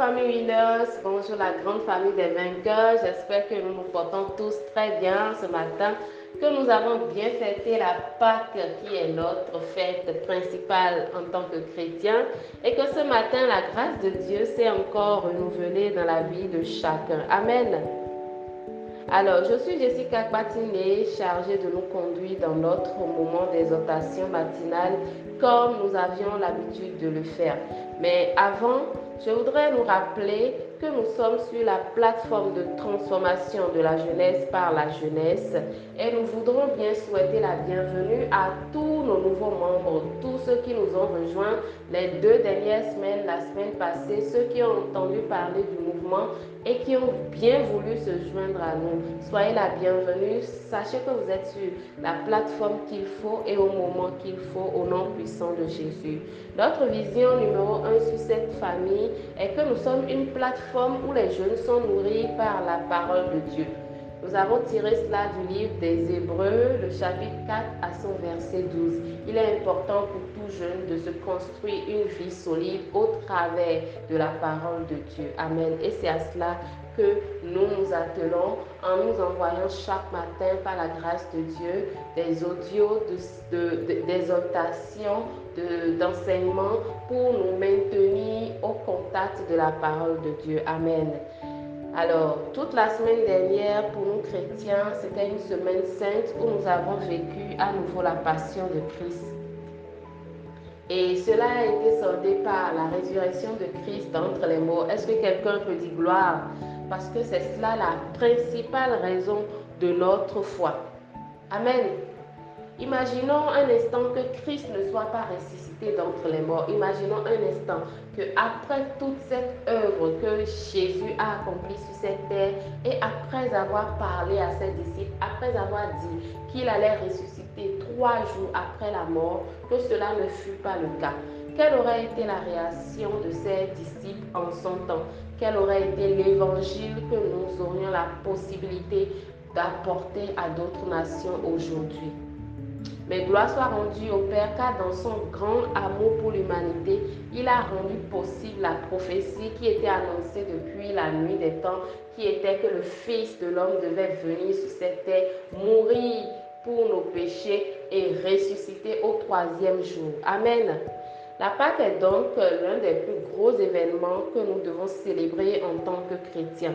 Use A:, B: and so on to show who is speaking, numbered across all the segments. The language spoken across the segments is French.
A: famille Winners, bonjour la grande famille des vainqueurs. J'espère que nous nous portons tous très bien ce matin, que nous avons bien fêté la Pâque qui est notre fête principale en tant que chrétiens et que ce matin la grâce de Dieu s'est encore renouvelée dans la vie de chacun. Amen. Alors, je suis Jessica Batiné, chargée de nous conduire dans notre moment d'exhortation matinale comme nous avions l'habitude de le faire. Mais avant, je voudrais nous rappeler que nous sommes sur la plateforme de transformation de la jeunesse par la jeunesse et nous voudrons bien souhaiter la bienvenue à tous nos nouveaux membres, tous ceux qui nous ont rejoints les 2 dernières semaines, la semaine passée, ceux qui ont entendu parler du mouvement et qui ont bien voulu se joindre à nous. Soyez la bienvenue, sachez que vous êtes sur la plateforme qu'il faut et au moment qu'il faut, au nom puissant de Jésus. Notre vision numéro 1 sur cette famille est que nous sommes une plateforme où les jeunes sont nourris par la parole de Dieu. Nous avons tiré cela du livre des Hébreux, le chapitre 4 à son verset 12. Il est important pour tout jeune de se construire une vie solide au travers de la parole de Dieu. Amen. Et c'est à cela que nous nous attelons en nous envoyant chaque matin par la grâce de Dieu des audios d'exhortation, d'enseignement pour nous maintenir au contact de la parole de Dieu. Amen. Alors, toute la semaine dernière, pour nous chrétiens, c'était une semaine sainte où nous avons vécu à nouveau la passion de Christ. Et cela a été soldé par la résurrection de Christ d'entre les morts. Est-ce que quelqu'un peut dire gloire? Parce que c'est cela la principale raison de notre foi. Amen. Imaginons un instant que Christ ne soit pas ressuscité d'entre les morts. Imaginons un instant que après toute cette œuvre que Jésus a accomplie sur cette terre et après avoir parlé à ses disciples, après avoir dit qu'il allait ressusciter 3 jours après la mort, que cela ne fut pas le cas. Quelle aurait été la réaction de ses disciples en son temps? Quel aurait été l'évangile que nous aurions la possibilité d'apporter à d'autres nations aujourd'hui? Mais gloire soit rendue au Père, car dans son grand amour pour l'humanité, il a rendu possible la prophétie qui était annoncée depuis la nuit des temps, qui était que le Fils de l'homme devait venir sur cette terre, mourir pour nos péchés et ressusciter au 3e jour. Amen. La Pâque est donc l'un des plus gros événements que nous devons célébrer en tant que chrétiens.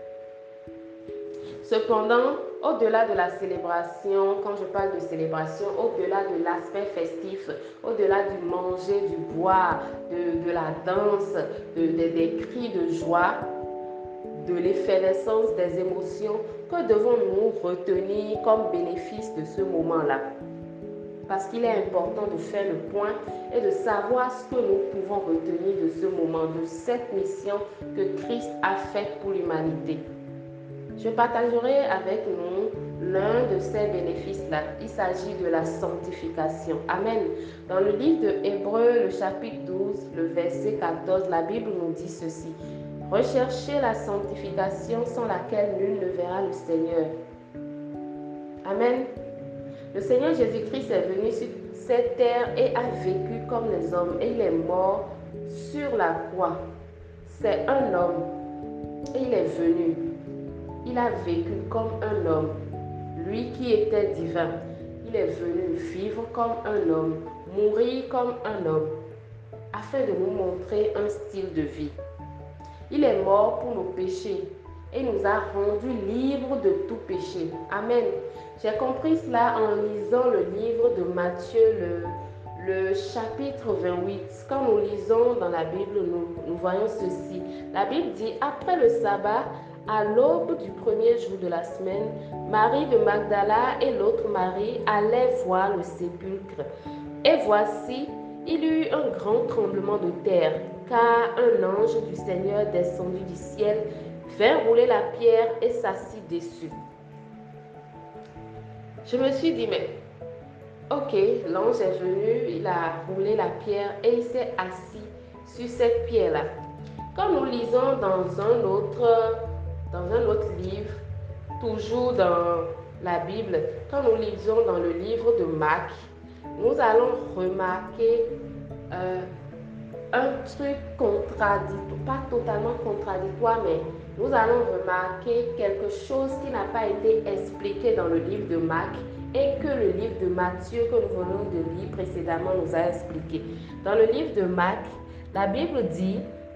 A: Cependant, au-delà de la célébration, quand je parle de célébration, au-delà de l'aspect festif, au-delà du manger, du boire, de la danse, des cris de joie, de l'effervescence des émotions, que devons-nous retenir comme bénéfice de ce moment-là? Parce qu'il est important de faire le point et de savoir ce que nous pouvons retenir de ce moment, de cette mission que Christ a faite pour l'humanité. Je partagerai avec nous l'un de ces bénéfices-là. Il s'agit de la sanctification. Amen. Dans le livre de Hébreux, le chapitre 12, le verset 14, la Bible nous dit ceci. Recherchez la sanctification sans laquelle nul ne verra le Seigneur. Amen. Le Seigneur Jésus-Christ est venu sur cette terre et a vécu comme les hommes et il est mort sur la croix. C'est un homme et il est venu. Il a vécu comme un homme, lui qui était divin. Il est venu vivre comme un homme, mourir comme un homme, afin de nous montrer un style de vie. Il est mort pour nos péchés et nous a rendus libres de tout péché. Amen. J'ai compris cela en lisant le livre de Matthieu, le chapitre 28. Quand nous lisons dans la Bible, nous voyons ceci. La Bible dit, après le sabbat, à l'aube du 1er jour de la semaine, Marie de Magdala et l'autre Marie allaient voir le sépulcre. Et voici, il y eut un grand tremblement de terre, car un ange du Seigneur descendu du ciel vint rouler la pierre et s'assit dessus. Je me suis dit, mais ok, l'ange est venu, il a roulé la pierre et il s'est assis sur cette pierre-là. Quand nous lisons dans un autre livre, toujours dans la Bible, quand nous lisons dans le livre de Marc, nous allons remarquer un truc contradictoire, pas totalement contradictoire, mais nous allons remarquer quelque chose qui n'a pas été expliqué dans le livre de Marc et que le livre de Matthieu que nous venons de lire précédemment nous a expliqué. Dans le livre de Marc, la Bible dit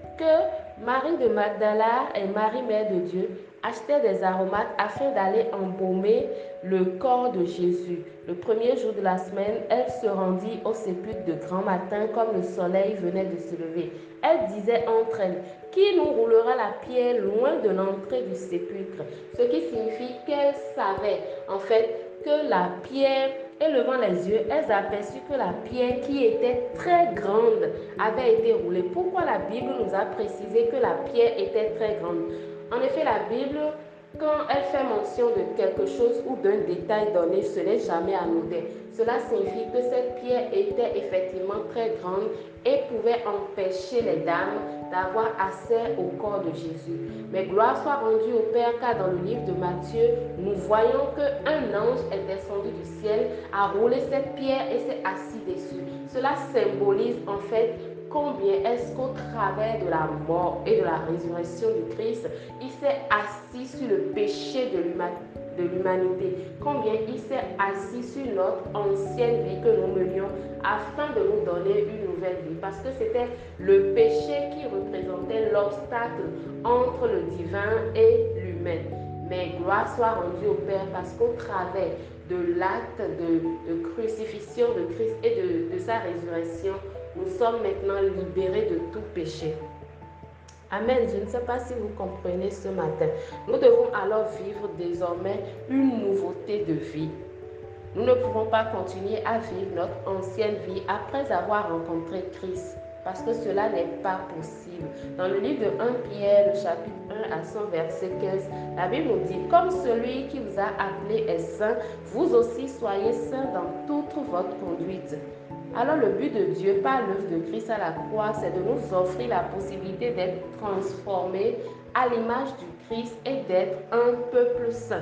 A: que Marie de Magdala et Marie, mère de Dieu, achetaient des aromates afin d'aller embaumer le corps de Jésus. Le premier jour de la semaine, elle se rendit au sépulcre de grand matin comme le soleil venait de se lever. Elle disait entre elles, qui nous roulera la pierre loin de l'entrée du sépulcre? Ce qui signifie qu'elles savaient en fait que la pierre, et levant les yeux, elles aperçurent que la pierre qui était très grande avait été roulée. Pourquoi la Bible nous a précisé que la pierre était très grande? En effet, la Bible, quand elle fait mention de quelque chose ou d'un détail donné, ce n'est jamais anodin. Cela signifie que cette pierre était effectivement très grande et pouvait empêcher les dames d'avoir accès au corps de Jésus. Mais gloire soit rendue au Père, car dans le livre de Matthieu, nous voyons qu'un ange est descendu du ciel, a roulé cette pierre et s'est assis dessus. Cela symbolise en fait combien est-ce qu'au travers de la mort et de la résurrection du Christ, il s'est assis sur le péché de l'humanité, combien il s'est assis sur notre ancienne vie que nous menions afin de nous donner une nouvelle vie, parce que c'était le péché qui représentait l'obstacle entre le divin et l'humain. Mais gloire soit rendue au Père, parce qu'au travers de l'acte de crucifixion de Christ et de sa résurrection, nous sommes maintenant libérés de tout péché. Amen. Je ne sais pas si vous comprenez ce matin. Nous devons alors vivre désormais une nouveauté de vie. Nous ne pouvons pas continuer à vivre notre ancienne vie après avoir rencontré Christ, parce que cela n'est pas possible. Dans le livre de 1 Pierre, le chapitre 1 à son verset 15, la Bible nous dit, comme celui qui vous a appelé est saint, vous aussi soyez saints dans toute votre conduite. Alors le but de Dieu par l'œuvre de Christ à la croix, c'est de nous offrir la possibilité d'être transformés à l'image du Christ et d'être un peuple saint.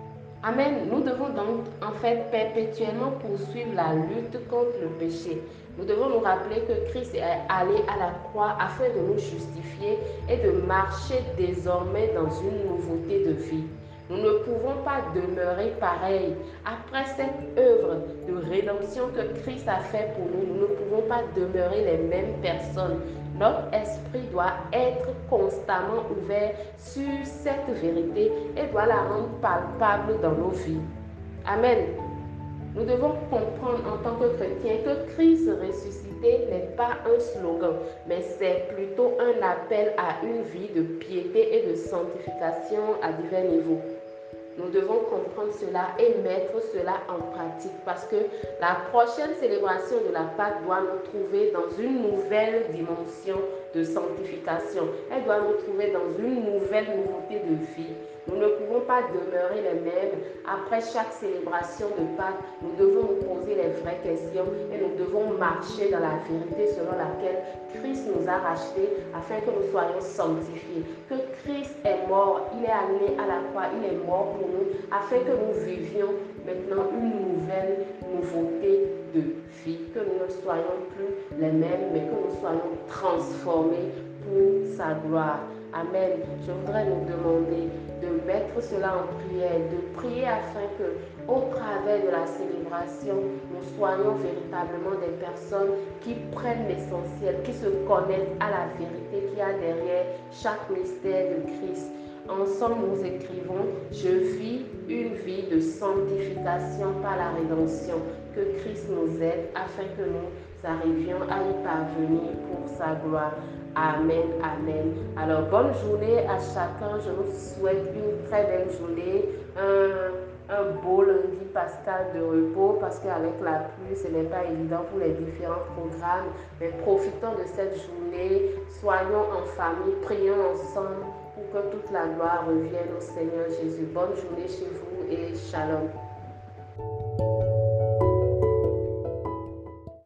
A: Amen. Nous devons donc en fait perpétuellement poursuivre la lutte contre le péché. Nous devons nous rappeler que Christ est allé à la croix afin de nous justifier et de marcher désormais dans une nouveauté de vie. Nous ne pouvons pas demeurer pareil. Après cette œuvre de rédemption que Christ a fait pour nous, nous ne pouvons pas demeurer les mêmes personnes. Notre esprit doit être constamment ouvert sur cette vérité et doit la rendre palpable dans nos vies. Amen. Nous devons comprendre en tant que chrétiens que Christ ressuscité n'est pas un slogan, mais c'est plutôt un appel à une vie de piété et de sanctification à divers niveaux. Nous devons comprendre cela et mettre cela en pratique, parce que la prochaine célébration de la Pâque doit nous trouver dans une nouvelle dimension de sanctification. Elle doit nous trouver dans une nouvelle nouveauté de vie. Nous ne pouvons pas demeurer les mêmes. Après chaque célébration de Pâques, nous devons nous poser les vraies questions et nous devons marcher dans la vérité selon laquelle Christ nous a rachetés afin que nous soyons sanctifiés. Que Christ est mort, il est allé à la croix, il est mort pour nous afin que nous vivions maintenant une nouvelle nouveauté de vie. Que nous ne soyons plus les mêmes, mais que nous soyons transformés pour sa gloire. Amen. Je voudrais nous demander de mettre cela en prière, de prier afin que, au travers de la célébration, nous soyons véritablement des personnes qui prennent l'essentiel, qui se connaissent à la vérité qu'il y a derrière chaque mystère de Christ. Ensemble, nous écrivons, je vis une vie de sanctification par la rédemption. Que Christ nous aide afin que nous arrivions à y parvenir pour sa gloire. Amen, amen. Alors, bonne journée à chacun. Je vous souhaite une très belle journée, un beau lundi pascal de repos, parce qu'avec la pluie, ce n'est pas évident pour les différents programmes. Mais profitons de cette journée, soyons en famille, prions ensemble pour que toute la gloire revienne au Seigneur Jésus. Bonne journée chez vous et shalom.